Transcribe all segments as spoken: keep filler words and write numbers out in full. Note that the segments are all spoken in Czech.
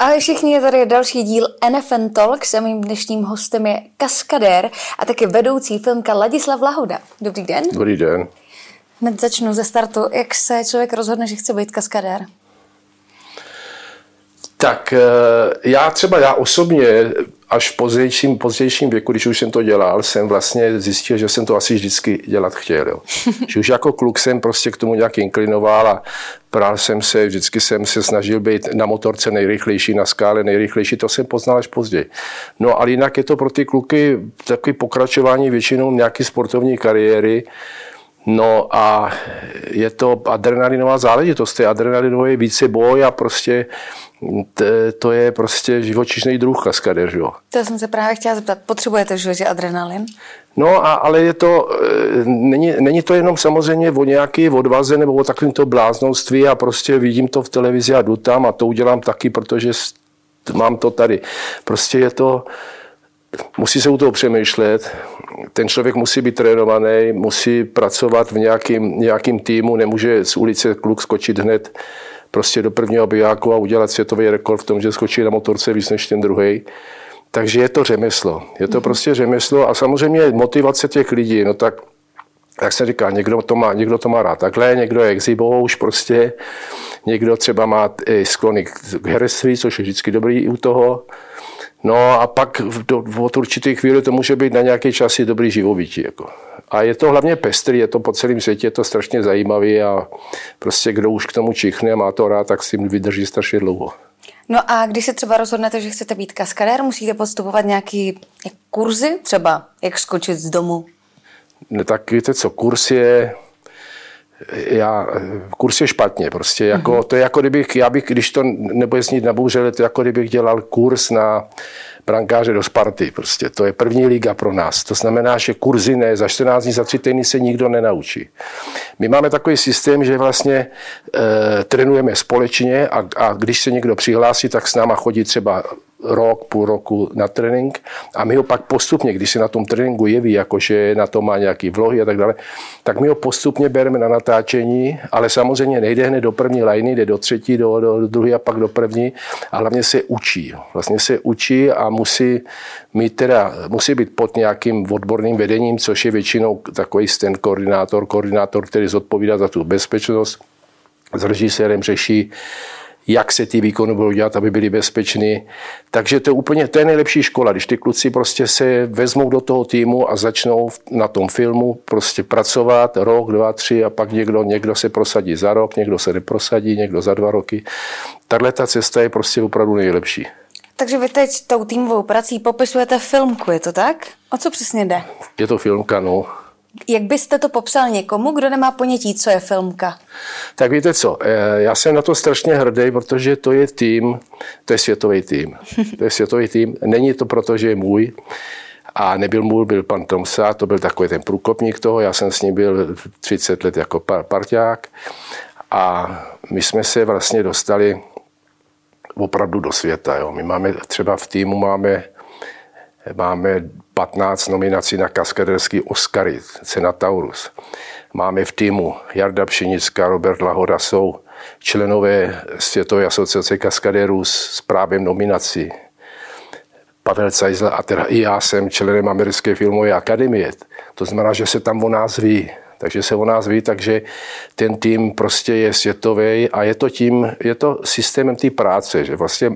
Ahoj všichni, je tady další díl N F N Talks a mým dnešním hostem je kaskadér a taky vedoucí filmka Ladislav Lahoda. Dobrý den. Dobrý den. Hned začnu ze startu. Jak se člověk rozhodne, že chce být kaskadér? Tak já třeba, já osobně až v pozdějším, pozdějším věku, když už jsem to dělal, jsem vlastně zjistil, že jsem to asi vždycky dělat chtěl. Jo. Že už jako kluk jsem prostě k tomu nějak inklinoval a prál jsem se, vždycky jsem se snažil být na motorce nejrychlejší, na skále nejrychlejší, to jsem poznal až později. No ale jinak je to pro ty kluky takový pokračování většinou nějaké sportovní kariéry. No a je to adrenalinová záležitost, je adrenalinový více boj a prostě to je prostě živočišný druh kaskadér, jo. To jsem se právě chtěla zeptat, potřebujete v životě adrenalin? No a, ale je to, není, není to jenom samozřejmě o nějaké odvaze nebo o takovém to bláznoství a prostě vidím to v televizi a jdu tam a to udělám taky, protože mám to tady. Prostě je to, musí se u toho přemýšlet, ten člověk musí být trénovaný, musí pracovat v nějakým, nějakým týmu, nemůže z ulice kluk skočit hned prostě do prvního bijáku a udělat světový rekord v tom, že skočí na motorce víc než ten druhej. Takže je to řemeslo. Je to prostě řemeslo a samozřejmě motivace těch lidí, no tak, jak se říká, někdo to má, někdo to má rád takhle, někdo je exhibouš prostě, někdo třeba má sklony k herectví, což je vždycky dobrý u toho. No a pak do, od určitých chvíli to může být na nějaký čas i dobrý živobytí. Jako. A je to hlavně pestrý, je to po celém světě, je to strašně zajímavý a prostě kdo už k tomu čichne a má to rád, tak s tím vydrží strašně dlouho. No a když se třeba rozhodnete, že chcete být kaskadér, musíte podstupovat nějaký kurzy, třeba jak skočit z domu? No tak víte co, kurz je... Já, kurz je špatně, prostě jako, mm-hmm. to je jako kdybych, já bych, když to nebude znít nabouřele, to je jako kdybych dělal kurz na brankáře do Sparty, prostě, to je první liga pro nás, to znamená, že kurzy ne, za čtrnáct dní, za tři týdny se nikdo nenaučí. My máme takový systém, že vlastně e, trénujeme společně a, a když se někdo přihlásí, tak s náma chodí třeba rok, půl roku na trénink a my ho pak postupně, když se na tom tréninku jeví, jakože na to má nějaký vlohy a tak dále, tak my ho postupně bereme na natáčení, ale samozřejmě nejde hned do první lajny, jde do třetí, do, do, do druhé a pak do první a hlavně se učí. Vlastně se učí a musí mít teda, musí být pod nějakým odborným vedením, což je většinou takový ten koordinátor, koordinátor, který zodpovídá za tu bezpečnost, s režisérem řeší, jak se ty výkony budou dělat, aby byly bezpečný. Takže to je úplně, to je nejlepší škola, když ty kluci prostě se vezmou do toho týmu a začnou na tom filmu prostě pracovat rok, dva, tři a pak někdo, někdo se prosadí za rok, někdo se neprosadí, někdo za dva roky. Tahle ta cesta je prostě opravdu nejlepší. Takže vy teď tou týmovou prací popisujete filmku, je to tak? O co přesně jde? Je to filmka, no. Jak byste to popsal někomu, kdo nemá ponětí, co je filmka? Tak víte co, já jsem na to strašně hrdý, protože to je tým, to je světový tým. To je světový tým, není to proto, že je můj. A nebyl můj, byl pan Tomsa, to byl takový ten průkopník toho, já jsem s ním byl třicet let jako parťák. A my jsme se vlastně dostali opravdu do světa. Jo. My máme třeba v týmu máme Máme patnáct nominací na kaskaderský Oscary, cena Taurus. Máme v týmu Jarda Pšenická, Robert Lahoda, jsou členové Světové asociace kaskadérů s právem nominací. Pavel Cajzl a teda i já jsem členem Americké filmové akademie. To znamená, že se tam o nás ví. Takže se o nás ví, takže ten tým prostě je světový a je to tím, je to systémem té práce, že vlastně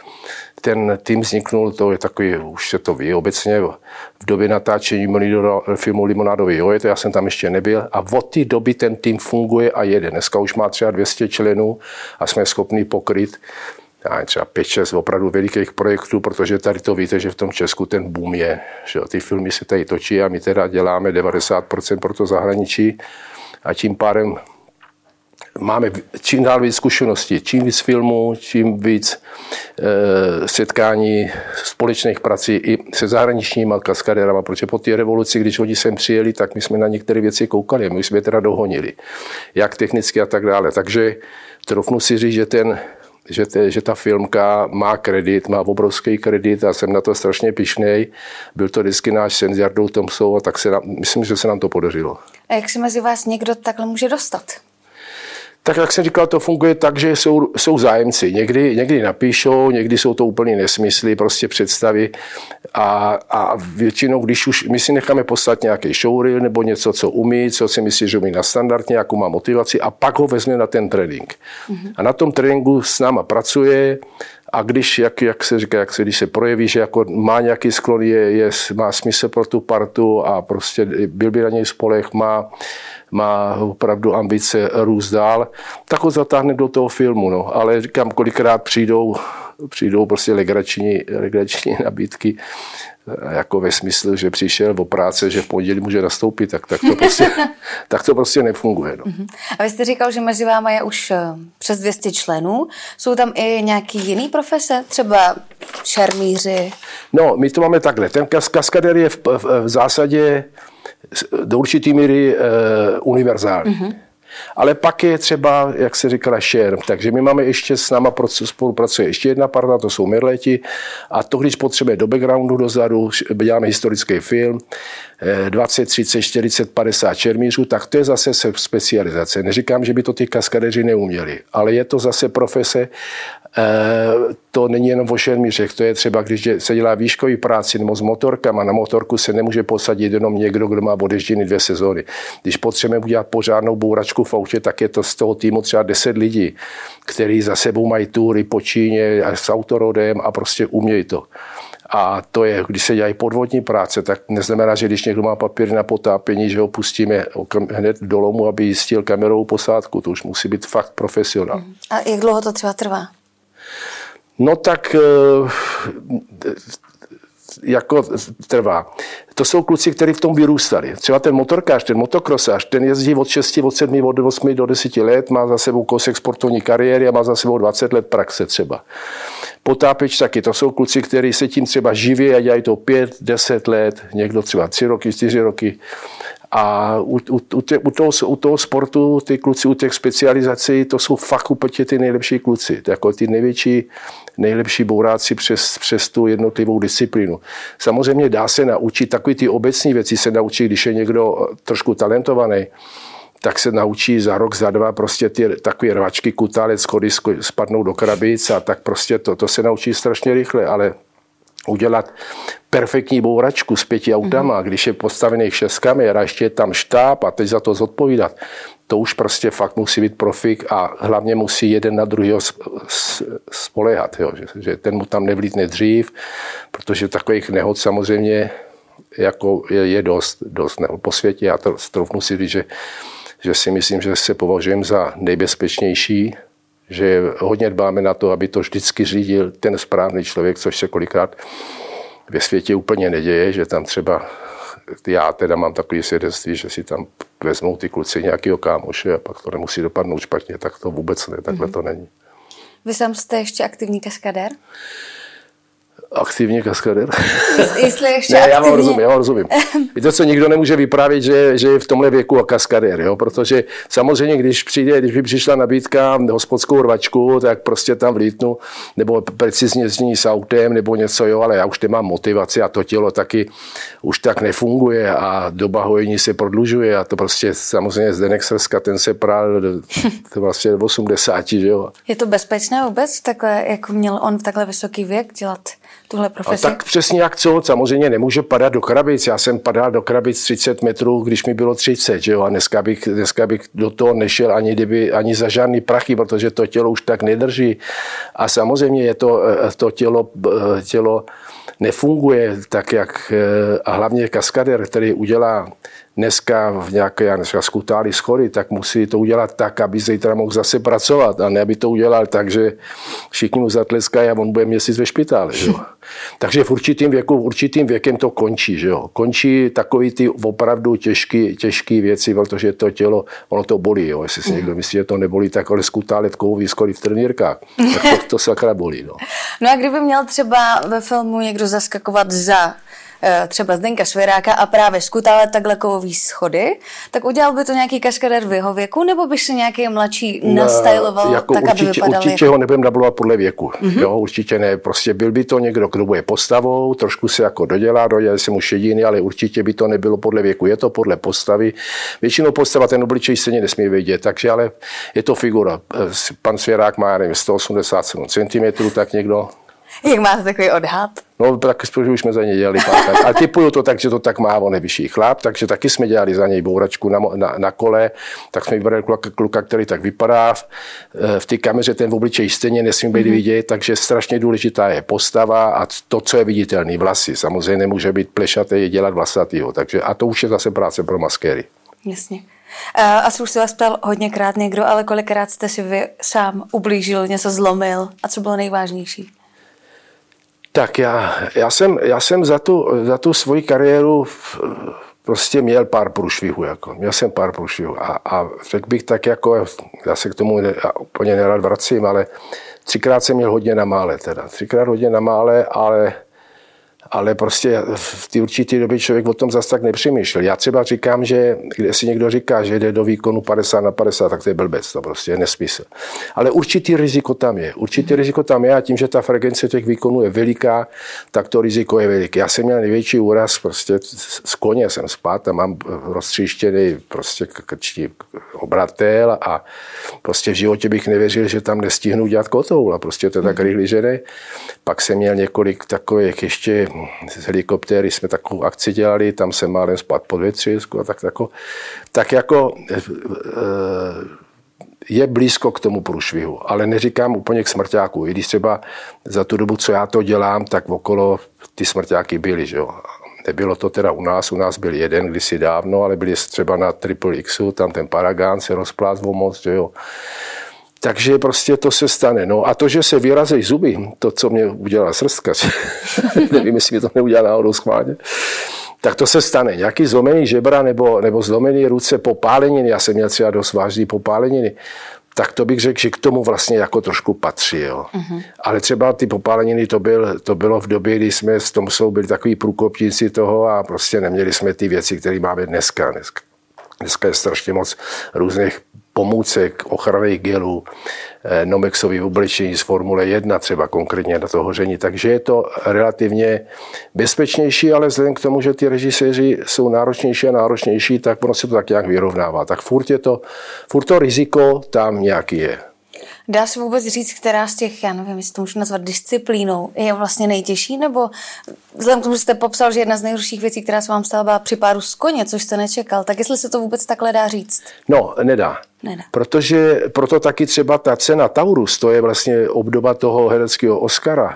ten tým vzniknul, to je takový, už se to ví obecně, v době natáčení filmu Limonádový joj, to já jsem tam ještě nebyl a od té doby ten tým funguje a jede. Dneska už má třeba dvě stě členů a jsme schopni pokryt třeba pět šest opravdu velikých projektů, protože tady to víte, že v tom Česku ten boom je, že ty filmy se tady točí a my teda děláme devadesát procent pro to zahraničí a tím pádem máme čím dál víc zkušeností, čím víc filmů, čím víc e, setkání společných prací i se zahraničníma kaskadérama, protože po té revoluci, když oni sem přijeli, tak my jsme na některé věci koukali, my jsme je teda dohonili, jak technicky a tak dále. Takže trofnu si říct, že ten Že, te, že ta filmka má kredit, má obrovský kredit a jsem na to strašně pyšnej. Byl to vždycky náš sen s Jardou Tomsou a tak se nám, myslím, že se nám to podařilo. A jak se mezi vás někdo takhle může dostat? Tak jak jsem říkal, to funguje tak, že jsou, jsou zájemci. Někdy, někdy napíšou, někdy jsou to úplně nesmysly, prostě představy. A, a většinou, když už my si necháme poslat nějaký showreel nebo něco, co umí, co si myslí, že umí na standardně, jakou má motivaci, a pak ho vezme na ten trénink. Mm-hmm. A na tom tréninku s náma pracuje. A když, jak, jak se říká, jak se, když se projeví, že jako má nějaký sklon, je, je, má smysl pro tu partu a prostě byl by na něj spolech, má, má opravdu ambice růst dál, tak ho zatáhne do toho filmu. No. Ale říkám, kolikrát přijdou, přijdou prostě legrační, legrační nabídky, jako ve smyslu, že přišel o práce, že v pondělí může nastoupit, tak, tak, to, prostě, tak to prostě nefunguje. No. A vy jste říkal, že mezi váma je už přes dvě stě členů. Jsou tam i nějaký jiný profese? Třeba šermíři? No, my to máme takhle. Ten kas- kaskadér je v, v, v zásadě do určitý míry uh, univerzální. Mm-hmm. Ale pak je třeba, jak se říkala, šerm. Takže my máme ještě s náma spolupracuje ještě jedna parta, to jsou Merleti. A to, když potřebuje do backgroundu dozadu, děláme historický film, dvacet, třicet, čtyřicet, padesát šermířů, tak to je zase specializace. Neříkám, že by to ty kaskadeři neuměli, ale je to zase profese. To není jenom o šermířech, to je třeba, když se dělá výškový práci nebo s motorkama, na motorku se nemůže posadit jenom někdo, kdo má odježděný dvě sezóny. Když potřebujeme udělat pořádnou bouračku v autě, tak je to z toho týmu třeba deset lidí, kteří za sebou mají tury po Číně a s autorodem a prostě umějí to. A to je, když se dělají podvodní práce, tak neznamená, že když někdo má papír na potápění, že ho pustíme hned do lomu, aby jistil kamerovou posádku. To už musí být fakt profesionál. A jak dlouho to třeba trvá? No tak jako trvá. To jsou kluci, kteří v tom vyrůstali. Třeba ten motorkář, ten motokrosář, ten jezdí od šesti, od sedmi, od osmi do deseti let, má za sebou kousek sportovní kariéry a má za sebou dvacet let praxe třeba. Potápěč taky, to jsou kluci, kteří se tím třeba živí a dělají to pět, deset let, někdo třeba tři roky, čtyři roky. A u, u, u, tě, u, toho, u toho sportu, ty kluci u těch specializací, to jsou fakt úplně ty nejlepší kluci. Jako ty největší, nejlepší bouráci přes, přes tu jednotlivou disciplínu. Samozřejmě dá se naučit, takový ty obecní věci se naučí, když je někdo trošku talentovaný, tak se naučí za rok, za dva prostě ty takové rvačky, kutálec, schody spadnou do krabic a tak prostě to, to se naučí strašně rychle, ale udělat perfektní bouračku s pěti autama, mm-hmm. když je postavený šest kamer a ještě je tam štáb a teď za to zodpovídat, to už prostě fakt musí být profik a hlavně musí jeden na druhého spoléhat, jo, že, že ten mu tam nevlítne dřív, protože takových nehod samozřejmě jako je, je dost, dost nehod po světě. Já to troufnu si říct, že, že si myslím, že se považujeme za nejbezpečnější, že hodně dbáme na to, aby to vždycky řídil ten správný člověk, což se kolikrát ve světě úplně neděje, že tam třeba, já teda mám takové svědectví, že si tam vezmou ty kluci nějakého kámoše a pak to nemusí dopadnout špatně, tak to vůbec ne, takhle to není. Vy sám jste ještě aktivní kaskadér? Aktivní kaskadér? Jestli ještě ne, aktivní... já vám rozumím, já vám rozumím. Víte co, nikdo nemůže vyprávět, že, že je v tomhle věku a kaskadér, jo? Protože samozřejmě, když přijde, když by přišla nabídka hospodskou rvačku, tak prostě tam vlítnu, nebo precizně zní s autem, nebo něco, jo, ale já už nemám motivaci a to tělo taky už tak nefunguje a doba hojení se prodlužuje a to prostě samozřejmě Zdeněk Srska, ten se prál to vlastně do osmdesáti, že jo. Je to bezpečné vůbec, takhle, jako měl on v takhle vysoký věk dělat tuhle profesi? A tak přesně jak co, samozřejmě nemůže padat do krabic. Já jsem padal do krabic třicet metrů, když mi bylo třicet, že jo? A dneska bych, dneska bych do toho nešel ani, kdyby, ani za žádný prachy, protože to tělo už tak nedrží. A samozřejmě je to, to tělo, tělo nefunguje tak, jak a hlavně kaskadér, který udělá dneska v nějaké dneska skutály schody, tak musí to udělat tak, aby zítra mohl zase pracovat a ne, aby to udělal tak, že všichni mu zatleskají a on bude měsíc ve špitále. Že jo? Takže v určitým věku, v určitým věkem to končí. Že jo? Končí takový ty opravdu těžký, těžký věci, protože to tělo, ono to bolí. Jo? Jestli si mm. někdo myslí, že to nebolí, tak ale skutálet kovový schody v trenýrkách. Tak to, to sakra bolí. No. No a kdyby měl třeba ve filmu někdo zaskakovat za třeba Zdeňka Svěráka a právě skutále takhle kovový schody, tak udělal by to nějaký kaskadér v jeho věku, nebo by si nějaký mladší nastyloval jako tak, určitě, aby vypadal určitě jako... ho nebudem nablovat podle věku. Mm-hmm. Jo, určitě ne. Prostě byl by to někdo, kdo bude postavou, trošku se jako dodělá, dodělá se mu šediny, ale určitě by to nebylo podle věku. Je to podle postavy. Většinou postava ten obličej stejně nesmí vidět, takže ale je to figura. Pan Svěrák má, nevím, sto osmdesát sedm centimetrů, tak někdo. Jak máte takový odhad? No, tak spíš už jsme za něj dělali pár. Ale typuju to tak, že to tak má, on je vyšší chlap, takže taky jsme dělali za něj bouračku na, na, na kole, tak jsme vybrali kluka, kluka, který tak vypadá. V, v té kameře ten v obličej stejně nesmí být mm-hmm. vidět, takže strašně důležitá je postava a to, co je viditelný, vlasy. Samozřejmě nemůže být plešatý, je dělat vlasatýho, takže a to už je zase práce pro maskéry. Jasně. Asi už se vás ptal hodněkrát někdo, ale kolikrát jste si vy sám ublížil, něco zlomil a co bylo nejvážnější? Tak já, já, jsem, já jsem za tu, za tu svoji kariéru prostě měl pár průšvihů. Jako. Měl jsem pár průšvihů a, a řekl bych tak jako, já se k tomu ne, úplně nerad vracím, ale třikrát jsem měl hodně na mále teda. Třikrát hodně na mále, ale ale prostě v té určité době člověk o tom zase tak nepřemýšlel. Já třeba říkám, že když si někdo říká, že jde do výkonu padesát na padesát, tak to je blbec, to prostě je nesmysl. Ale určitý riziko tam je. Určitý riziko tam je a tím, že ta frekvence těch výkonů je veliká, tak to riziko je veliké. Já jsem měl největší úraz, prostě z koně jsem spát a mám roztříštěný prostě krční obratel a prostě v životě bych nevěřil, že tam nestihnu dělat kotoul a prostě to je tak rychlý, že ne. Pak jsem měl několik takových ještě z helikoptéry jsme takovou akci dělali, tam jsem málem spát pod větřisku a tak, tako, tak jako je blízko k tomu průšvihu, ale neříkám úplně k smrťáku. I když třeba za tu dobu, co já to dělám, tak okolo ty smrťáky byly, že jo. Nebylo to teda u nás, u nás byl jeden kdysi dávno, ale byli třeba na Triple Xu, tam ten Paragán se rozplázl moc, že jo. Takže prostě to se stane. No a to, že se vyrazí zuby, to, co mě udělala srstka, nevím, jestli mi to neudělá náhodou schválně, tak to se stane. Nějaký zlomený žebra nebo, nebo zlomený ruce, popáleniny, já jsem měl třeba dost vážný popáleniny, tak to bych řekl, že k tomu vlastně jako trošku patří. Jo. Uh-huh. Ale třeba ty popáleniny, to, byl, to bylo v době, kdy jsme s Tomsou byli takový průkopníci toho a prostě neměli jsme ty věci, které máme dneska. Dneska, dneska je strašně moc různých pomůcek, ochranných gelů, nomexový oblečení z Formule jedna třeba konkrétně na to hoření. Takže je to relativně bezpečnější, ale vzhledem k tomu, že ty režiséři jsou náročnější a náročnější, tak ono se to tak nějak vyrovnává. Tak furt, je to, furt to riziko tam nějaký je. Dá se vůbec říct, která z těch, já nevím, jestli to můžu nazvat disciplínou, je vlastně nejtěžší, nebo vzhledem k tomu, že jste popsal, že jedna z nejhorších věcí, která se vám stala, byla při pádu z koně, což jste nečekal, tak jestli se to vůbec takhle dá říct? No, nedá. Nedá. Protože proto taky třeba ta cena Taurus, to je vlastně obdoba toho hereckého Oscara,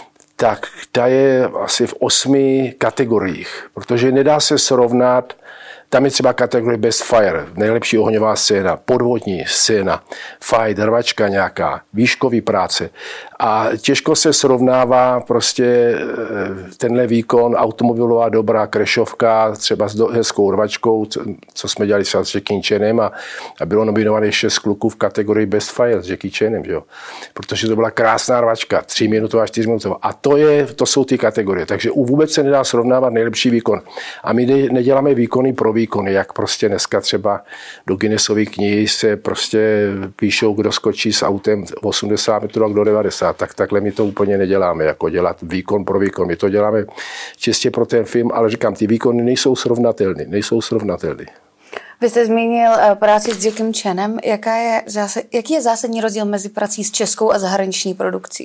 tak ta je asi v osmi kategoriích, protože nedá se srovnat. Tam je třeba kategorie Best Fire, nejlepší ohňová scéna, podvodní scéna, fight, rvačka nějaká, výškový práce. A těžko se srovnává prostě tenhle výkon, automobilová dobrá krešovka, třeba s hezkou rvačkou, co jsme dělali s Jackie Chanem a, a bylo nominované šest kluků v kategorii Best Fire s Jackie Chanem, jo? Protože to byla krásná rvačka, tři minutová, čtyři minutová. A to, je, to jsou ty kategorie, takže vůbec se nedá srovnávat nejlepší výkon. A my neděláme výkony pro výkony, jak prostě dneska třeba do Guinnessovy knihy se prostě píšou, kdo skočí s autem osmdesát metrů a kdo devadesát. Tak takhle my to úplně neděláme, jako dělat výkon pro výkon. My to děláme čistě pro ten film, ale říkám, ty výkony nejsou srovnatelné, nejsou srovnatelné. Vy jste zmínil práci s Jackiem Chanem. Jaká je zásad, jaký je zásadní rozdíl mezi prací s českou a zahraniční produkcí?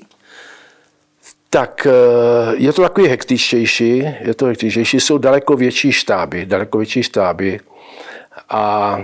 Tak je to takový hektičtější, je to hektičtější, jsou daleko větší štáby, daleko větší štáby a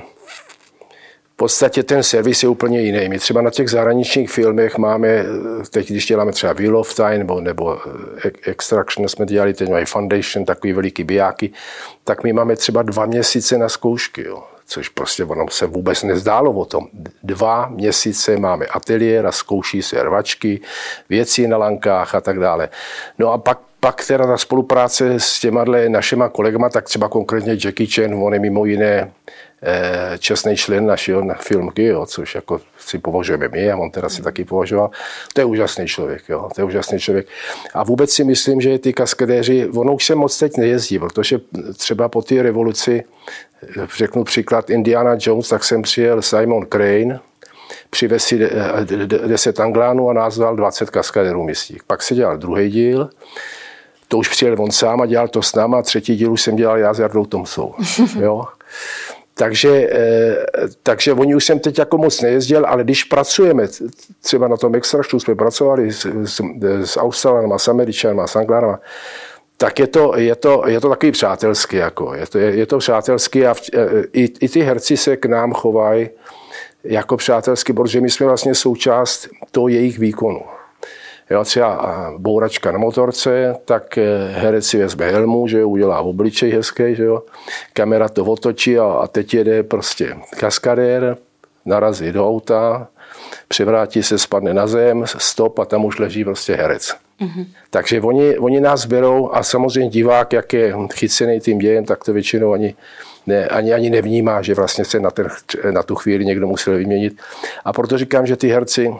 v podstatě ten servis je úplně jiný. My třeba na těch zahraničních filmech máme, teď když děláme třeba Wheel of Time nebo, nebo Extraction, jsme dělali teď mají Foundation, takový veliký bijáky, tak my máme třeba dva měsíce na zkoušky, jo. Což prostě ono se vůbec nezdálo o tom. Dva měsíce máme ateliér a zkouší se rvačky, věci na lankách a tak dále. No a pak, pak teda ta spolupráce s těma našima kolegama, tak třeba konkrétně Jackie Chan, on je mimo jiné čestný člen našeho filmky, jo, což jako si považujeme my a on teda si taky považoval. To je úžasný člověk, jo, to je úžasný člověk. A vůbec si myslím, že ty kaskadéři, ono už se moc teď nejezdí, protože třeba po té revoluci, řeknu příklad Indiana Jones, tak jsem přijel Simon Crane, přivez si deset anglánů a nás dal dvacet kaskadérů místních. Pak se dělal druhý díl, to už přijel on sám a dělal to s náma, a třetí díl už jsem dělal já s Jardou Tomsou. Jo? Takže, takže oni už jsem teď jako moc nejezdil, ale když pracujeme, třeba na tom Extractu jsme pracovali s, s, s Australanama, s Američanama, s Anglánama, tak je to, je to, je to takový přátelský. Jako. Je, to, je, je to přátelský a v, i, i ty herci se k nám chovají jako přátelský, protože my jsme vlastně součást toho jejich výkonu. Jo, třeba bouračka na motorce, tak herec si vezme helmu, že jo, udělá obličej hezký, že jo, kamera to otočí a, a teď jede prostě kaskadér, narazí do auta, převrátí se, spadne na zem, stop a tam už leží prostě herec. Mm-hmm. Takže oni, oni nás berou a samozřejmě divák, jak je chycený tím dějem, tak to většinou ani, ne, ani, ani nevnímá, že vlastně se na, ten, na tu chvíli někdo musel vyměnit. A proto říkám, že ty herci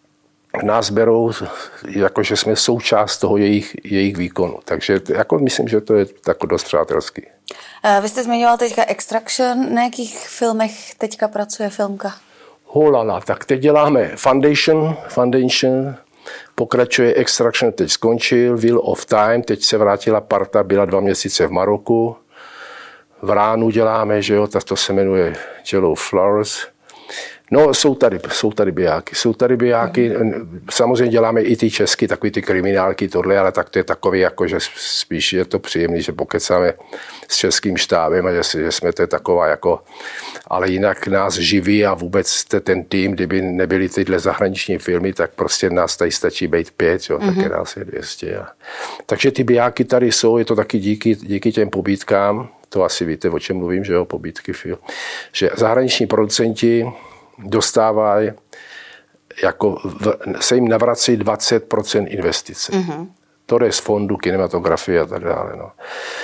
nás berou, jakože jsme součást toho jejich, jejich výkonu. Takže jako myslím, že to je tako dost přátelský. Vy jste zmiňoval teďka Extraction. Na jakých filmech teďka pracuje filmka? Holala, tak teď děláme Foundation, Foundation, pokračuje Extraction, teď skončil, Wheel of Time, teď se vrátila parta, byla dva měsíce v Maroku. V Ránu děláme, že jo, tak to se jmenuje Yellow Flowers. No, jsou tady, jsou tady bijáky, jsou tady bijáky, samozřejmě děláme i ty česky, takový ty kriminálky, tohle, ale tak to je takový, jako, že spíš je to příjemný, že pokecáme s českým štábem a že, že jsme to taková jako, ale jinak nás živí a vůbec ten tým, kdyby nebyly tyhle zahraniční filmy, tak prostě nás tady stačí být pět, jo, mm-hmm. tak je nás je dvě stě. A... Takže ty bijáky tady jsou, je to taky díky, díky těm pobídkám, to asi víte, o čem mluvím, že jo, pobídky film, že zahraniční producenti dostávají, jako v, se jim navrací dvacet procent investice. Mm-hmm. To je z fondu kinematografie a tak dále. No.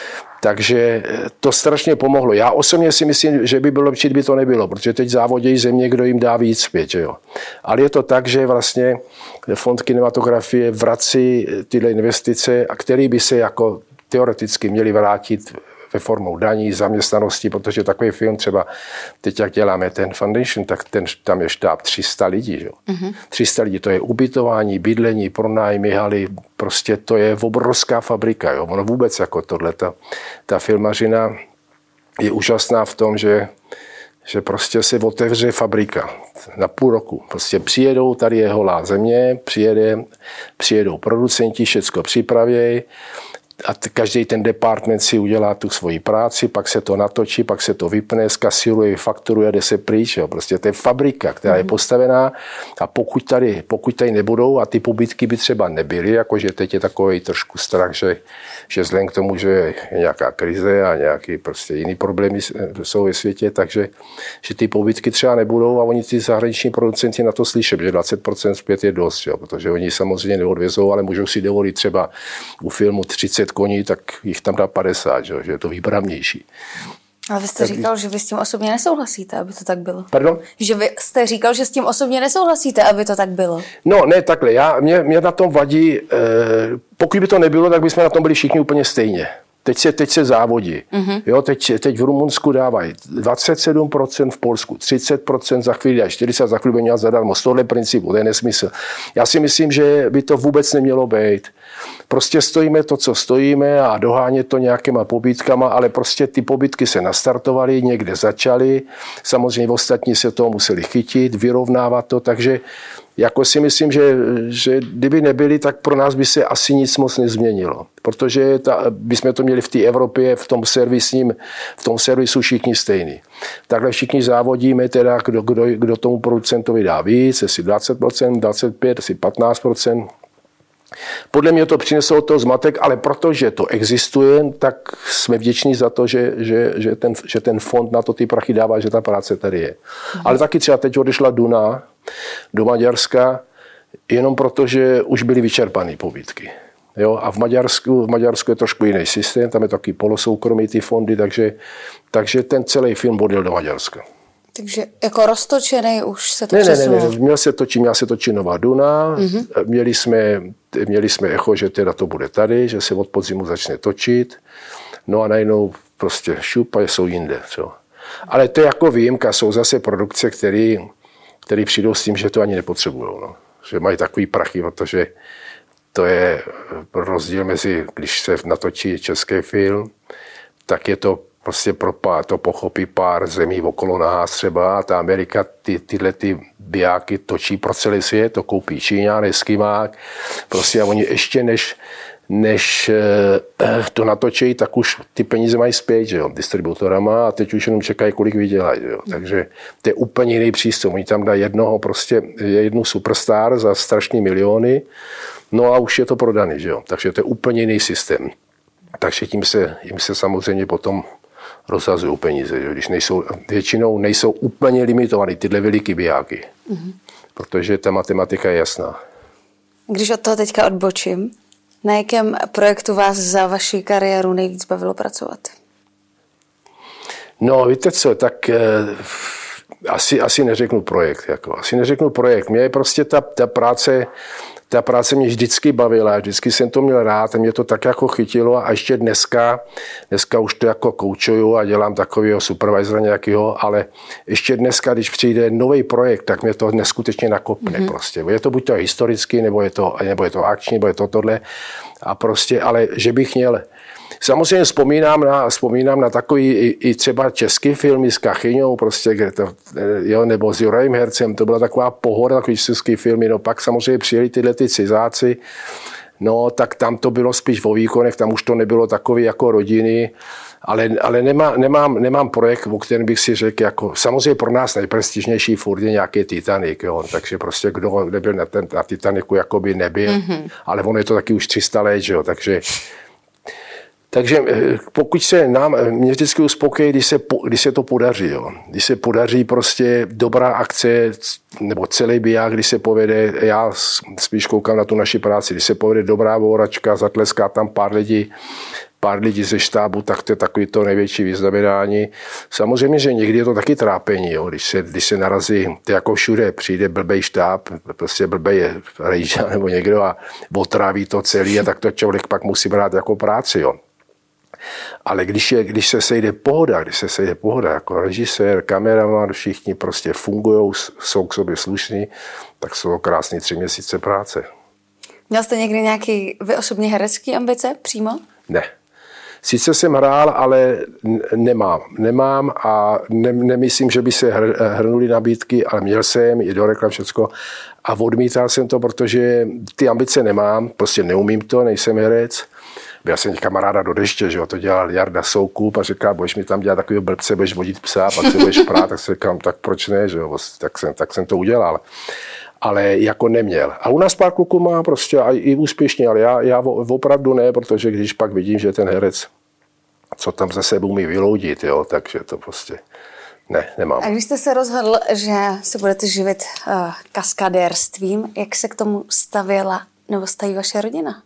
Takže to strašně pomohlo. Já osobně si myslím, že by bylo lepší, kdyby to nebylo, protože teď závodějí země, kdo jim dá víc zpět. Jo. Ale je to tak, že vlastně fond kinematografie vrací tyhle investice, a které by se jako teoreticky měly vrátit ve formou daní, zaměstnanosti, protože takový film třeba, teď jak děláme ten Foundation, tak ten, tam je štáb tři sta lidí. Jo? Mm-hmm. tři sta lidí, to je ubytování, bydlení, pronájmy haly, prostě to je obrovská fabrika. Jo? Ono vůbec jako tohle, ta, ta filmařina je úžasná v tom, že, že prostě se otevře fabrika na půl roku. Prostě přijedou, tady je holá země, přijede, přijedou producenti, všecko připravějí, a každý ten department si udělá tu svoji práci, pak se to natočí, pak se to vypne, skasíruje, fakturuje, jde se pryč. Jo. Prostě to je fabrika, která je postavená a pokud tady, pokud tady nebudou a ty pobytky by třeba nebyly, jakože teď je takový trošku strach, že, že vzhledem k tomu, že je nějaká krize a nějaký prostě jiný problémy jsou ve světě, takže že ty pobytky třeba nebudou a oni ty zahraniční producenti na to slyší, že dvacet procent zpět je dost, jo, protože oni samozřejmě neodvezou, ale můžou si dovolit třeba u filmu třicet koní, tak jich tam dá padesát, že, že je to výbravnější. Ale vy jste tak... říkal, že vy s tím osobně nesouhlasíte, aby to tak bylo. Pardon? Že vy jste říkal, že s tím osobně nesouhlasíte, aby to tak bylo. No, ne, takhle. Já, mě, mě na tom vadí, eh, pokud by to nebylo, tak bychom na tom byli všichni úplně stejně. Teď se, teď se závodí. Mm-hmm. Jo, teď, teď v Rumunsku dávají dvacet sedm procent, v Polsku třicet procent, za chvíli a čtyřicet procent, za chvíli by měl zadarmo. Z tohle principu, to je nesmysl. Já si myslím, že by to vůbec nemělo být. Prostě stojíme to, co stojíme a dohánět to nějakýma pobídkama, ale prostě ty pobídky se nastartovaly, někde začaly, samozřejmě ostatní se toho museli chytit, vyrovnávat to, takže jako si myslím, že, že kdyby nebyli, tak pro nás by se asi nic moc nezměnilo, protože ta, bychom to měli v té Evropě, v tom servisním, v tom servisu všichni stejný. Takhle všichni závodíme, teda, kdo, kdo, kdo tomu producentovi dá víc, jestli dvacet procent, dvacet pět procent, jestli patnáct procent. Podle mě to přineslo to zmatek, ale protože to existuje, tak jsme vděční za to, že, že, že, ten, že ten fond na to ty prachy dává, že ta práce tady je. Mhm. Ale taky třeba teď odešla Duna do Maďarska, jenom proto, že už byly vyčerpané pobídky. Jo, a v Maďarsku, v Maďarsku je trošku jiný systém, tam je taky polosoukromý ty fondy, takže, takže ten celý film odjel do Maďarska. Takže jako roztočený už se to ne, přesunulo? Ne, ne, ne, měl se točit, měl se točit Nová Duna, mm-hmm. měli, jsme, měli jsme echo, že teda to bude tady, že se od podzimu začne točit, no a najednou prostě šup a jsou jinde. Co? Ale to je jako výjimka, jsou zase produkce, které který přijdou s tím, že to ani nepotřebují, no. Že mají takový prachy, protože to je rozdíl mezi, když se natočí český film, tak je to prostě pro pár, to pochopí pár zemí okolo nás třeba. Ta Amerika ty, tyhle ty bijáky točí pro celý svět, to koupí Číňan, Eskimák. Prostě a oni ještě než, než to natočí, tak už ty peníze mají zpět, že jo, distributorama a teď už jenom čekají, kolik vydělají, jo. Takže to je úplně jiný přístup. Oni tam dají jednoho prostě, jednu superstar za strašný miliony, no a už je to prodaný, že jo. Takže to je úplně jiný systém. Takže tím se, jim se samozřejmě potom rozhazují peníze, že? Když nejsou, většinou nejsou úplně limitovaný tyhle veliký bijáky, mm-hmm. protože ta matematika je jasná. Když od toho teďka odbočím, na jakém projektu vás za vaši kariéru nejvíc bavilo pracovat? No, víte co, tak eh, asi, asi neřeknu projekt. Jako, asi neřeknu projekt. Mě je prostě ta, ta práce, ta práce mě vždycky bavila, vždycky jsem to měl rád, mě to tak jako chytilo a ještě dneska, dneska už to jako koučuju a dělám takového supervisora nějakého, ale ještě dneska, když přijde nový projekt, tak mě to neskutečně nakopne mm-hmm. prostě. Je to buď to historický, nebo je to, nebo je to akční, nebo je to tohle a prostě, ale že bych měl. Samozřejmě vzpomínám na, vzpomínám na takový i, i třeba český filmy s Kachyňou, prostě, kde to, jo, nebo s Jurajem Hercem, to byla taková pohoda, takový český filmy, no pak samozřejmě přijeli tyhle ty cizáci, no tak tam to bylo spíš o výkonech, tam už to nebylo takový jako rodiny, ale, ale nemá, nemám, nemám projekt, o kterém bych si řekl, jako, samozřejmě pro nás nejprestižnější furt je nějaký Titanic, jo, takže prostě kdo nebyl na, ten, na Titanicu, jakoby nebyl, mm-hmm. ale ono je to taky už tři sta let, jo, takže Takže pokud se nám, mě vždycky uspokojí, když se, když se to podaří. Jo. Když se podaří prostě dobrá akce, nebo celý biják, když se povede, já spíš koukám na tu naši práci, když se povede dobrá bouračka, zatleská tam pár lidí, pár lidí ze štábu, tak to je takový to největší vyznamenání. Samozřejmě, že někdy je to taky trápení, jo. Když, se, když se narazí, to jako všude, přijde blbej štáb, prostě blbej je rejža nebo někdo a otráví to celý a tak to člověk pak musí brát jako práci. Jo. Ale když, je, když se sejde pohoda, když se sejde pohoda, jako režisér, kameraman, všichni prostě fungují, jsou k sobě slušní, tak jsou krásný tři měsíce práce. Měl jste někdy nějaký vy osobně herecký ambice přímo? Ne. Sice jsem hrál, ale nemám. Nemám a ne, nemyslím, že by se hr, hrnuli nabídky, ale měl jsem i do reklam všecko a odmítal jsem to, protože ty ambice nemám, prostě neumím to, nejsem herec. Já jsem kamaráda do deště, že jo, to dělal Jarda Soukup a říká, budeš mi tam dělat takového blbce, budeš vodit psa, pak se budeš prát, tak si říkám, tak proč ne, že jo, tak jsem, tak jsem to udělal. Ale jako neměl. A u nás pár kluků má prostě a i úspěšně, ale já, já opravdu ne, protože když pak vidím, že ten herec, co tam za sebou umí vyloudit, jo, takže to prostě ne, nemám. A když jste se rozhodl, že se budete živit uh, kaskadérstvím, jak se k tomu stavěla nebo staví vaše rodina?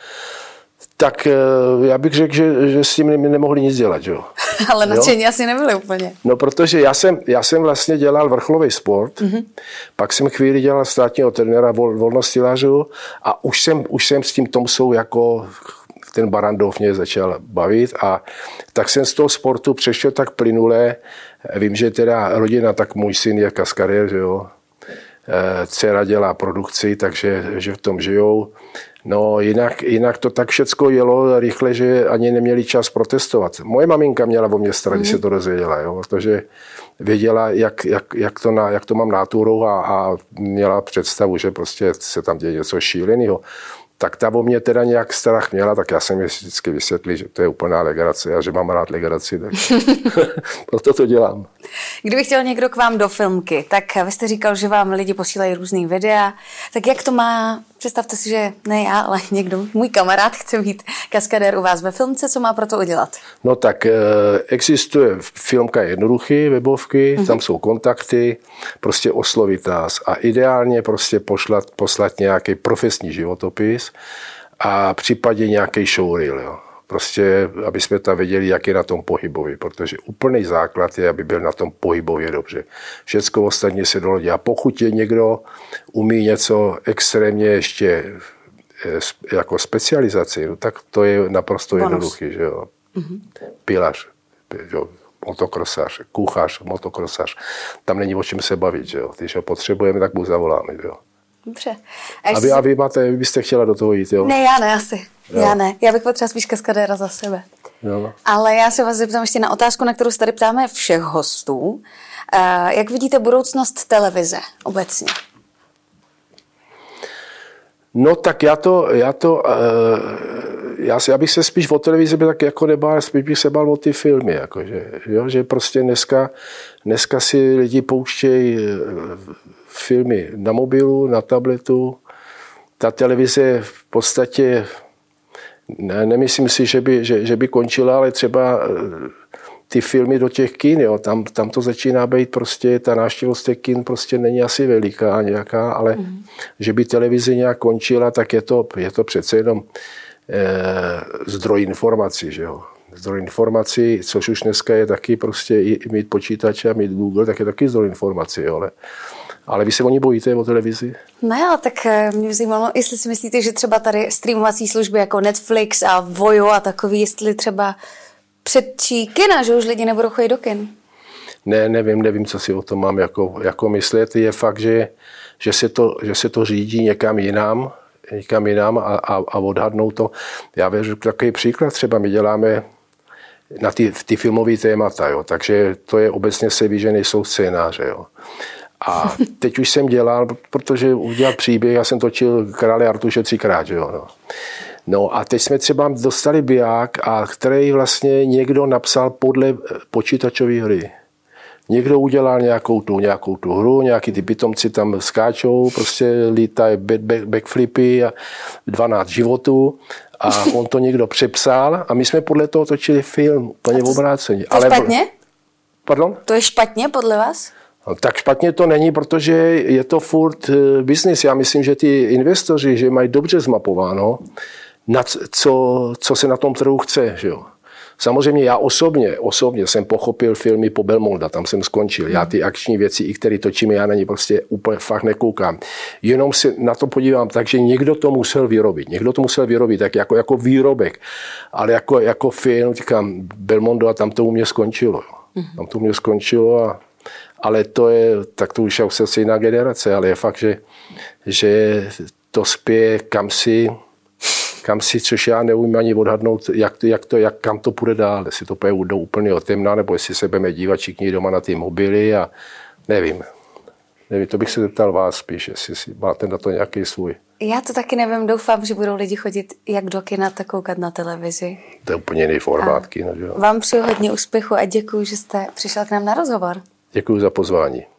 Tak já bych řekl, že, že s tím nemohli nic dělat. Jo? Ale nadšení asi nebyly úplně. No, protože já jsem, já jsem vlastně dělal vrcholový sport, mm-hmm. pak jsem chvíli dělal státního trenéra vol, volnostilařů a už jsem, už jsem s tím Tomsou jako ten Barandov mě začal bavit a tak jsem z toho sportu přešel tak plynule. Vím, že teda rodina, tak můj syn je kaskadér, že jo. Dcera dělá produkci, takže že v tom žijou. No jinak, jinak to tak všecko jelo rychle, že ani neměli čas protestovat. Moje maminka měla o mě strach, když se to dozvěděla, jo, protože věděla, jak, jak, jak, to, na, jak to mám náturou a, a měla představu, že prostě se tam děje něco šíleného. Tak ta o mě teda nějak strach měla, tak já jsem je vždycky vysvětlil, že to je úplná legrace a že mám rád legraci, tak proto to dělám. Kdyby chtěl někdo k vám do filmky, tak vy jste říkal, že vám lidi posílají různý videa, tak jak to má, představte si, že ne já, ale někdo, můj kamarád chce být kaskadér u vás ve filmce, co má pro to udělat? No tak existuje filmka jednoduchý, webovky, mm-hmm. tam jsou kontakty, prostě oslovit nás a ideálně prostě poslat, poslat nějaký profesní životopis a případně nějaký showreel, jo. Prostě, aby jsme tam věděli, jak je na tom pohybový, protože úplný základ je, aby byl na tom pohybově dobře. Všecko ostatně se dalo dělat. Pokud je někdo umí něco extrémně ještě jako specializaci, no, tak to je naprosto Bonus. jednoduchý. Že jo. Mm-hmm. Pilař, jo, motokrosař, kuchař, motokrosař. Tam není o čem se bavit. Že jo. Když ho potřebujeme, tak mu zavoláme. Že jo. Dobře. A, ještě... a, vy, a vy máte, vy byste chtěla do toho jít, jo? Ne, já ne, asi. Jo. Já ne. Já bych potřeba spíš kaskadéra za sebe. Jo. Ale já se vás zeptám ještě na otázku, na kterou se tady ptáme všech hostů. Uh, jak vidíte budoucnost televize obecně? No tak já to, já to, uh, já, já bych se spíš o televizi tak jako nebál, spíš bych se bál o ty filmy, jakože, jo, že prostě dneska, dneska si lidi pouštějí filmy na mobilu, na tabletu. Ta televize v podstatě, ne, nemyslím si, že by, že, že by končila, ale třeba ty filmy do těch kin, jo, tam, tam to začíná být prostě, ta návštěvnost těch kin prostě není asi veliká nějaká, ale mm. že by televize nějak končila, tak je to, je to přece jenom eh, zdroj informací, že jo. Zdroj informací, což už dneska je taky prostě i mít počítače a mít Google, tak je taky zdroj informací, jo, ale Ale vy se o ní bojíte, o televizi? No jo, tak mě by zajímalo, jestli si myslíte, že třeba tady streamovací služby jako Netflix a Vojo a takový, jestli třeba předčí kina, že už lidi nebudou chodit do kin? Ne, nevím, nevím, co si o tom mám jako, jako myslet. Je fakt, že, že, se to, že se to řídí někam jinam, někam jinam a, a, a odhadnou to. Já věřu, takový příklad třeba my děláme na ty, ty filmové témata, jo, takže to je obecně se ví, že nejsou scénáře, jo. A teď už jsem dělal, protože udělal příběh, já jsem točil Krále Artuše třikrát, že jo, no. No a teď jsme třeba dostali biják, a který vlastně někdo napsal podle počítačové hry. Někdo udělal nějakou tu, nějakou tu hru, nějaký ty pitomci tam skáčou, prostě lítají backflipy a dvanáct životů a on to někdo přepsal a my jsme podle toho točili film, úplně obráceně. To je špatně? Pardon? To je špatně podle vás? No, tak špatně to není, protože je to furt business. Já myslím, že ty investoři, že mají dobře zmapováno, na co, co se na tom trhu chce. Že jo. Samozřejmě já osobně, osobně jsem pochopil filmy po Belmonda, tam jsem skončil. Já ty akční věci, i které točíme, já na ně prostě úplně fakt nekoukám. Jenom se na to podívám tak, že někdo to musel vyrobit. Někdo to musel vyrobit tak jako, jako výrobek, ale jako, jako film, říkám, Belmondo a tam to u mě skončilo. Jo. Tam to u mě skončilo a ale to je, tak to už je asi jiná generace, ale je fakt, že, že to spěje kam si, kam si, což já neumím ani odhadnout, jak, jak to, jak, kam to půjde dál, jestli to půjde do úplně temna, nebo jestli se budeme dívat všichni doma na ty mobily a nevím. nevím. To bych se zeptal vás spíš, jestli si máte na to nějaký svůj. Já to taky nevím, doufám, že budou lidi chodit jak do kina, tak koukat na televizi. To je úplně jiný formát kina. Vám přeju hodně úspěchu a děkuji, že jste přišel k nám na rozhovor. Děkuji za pozvání.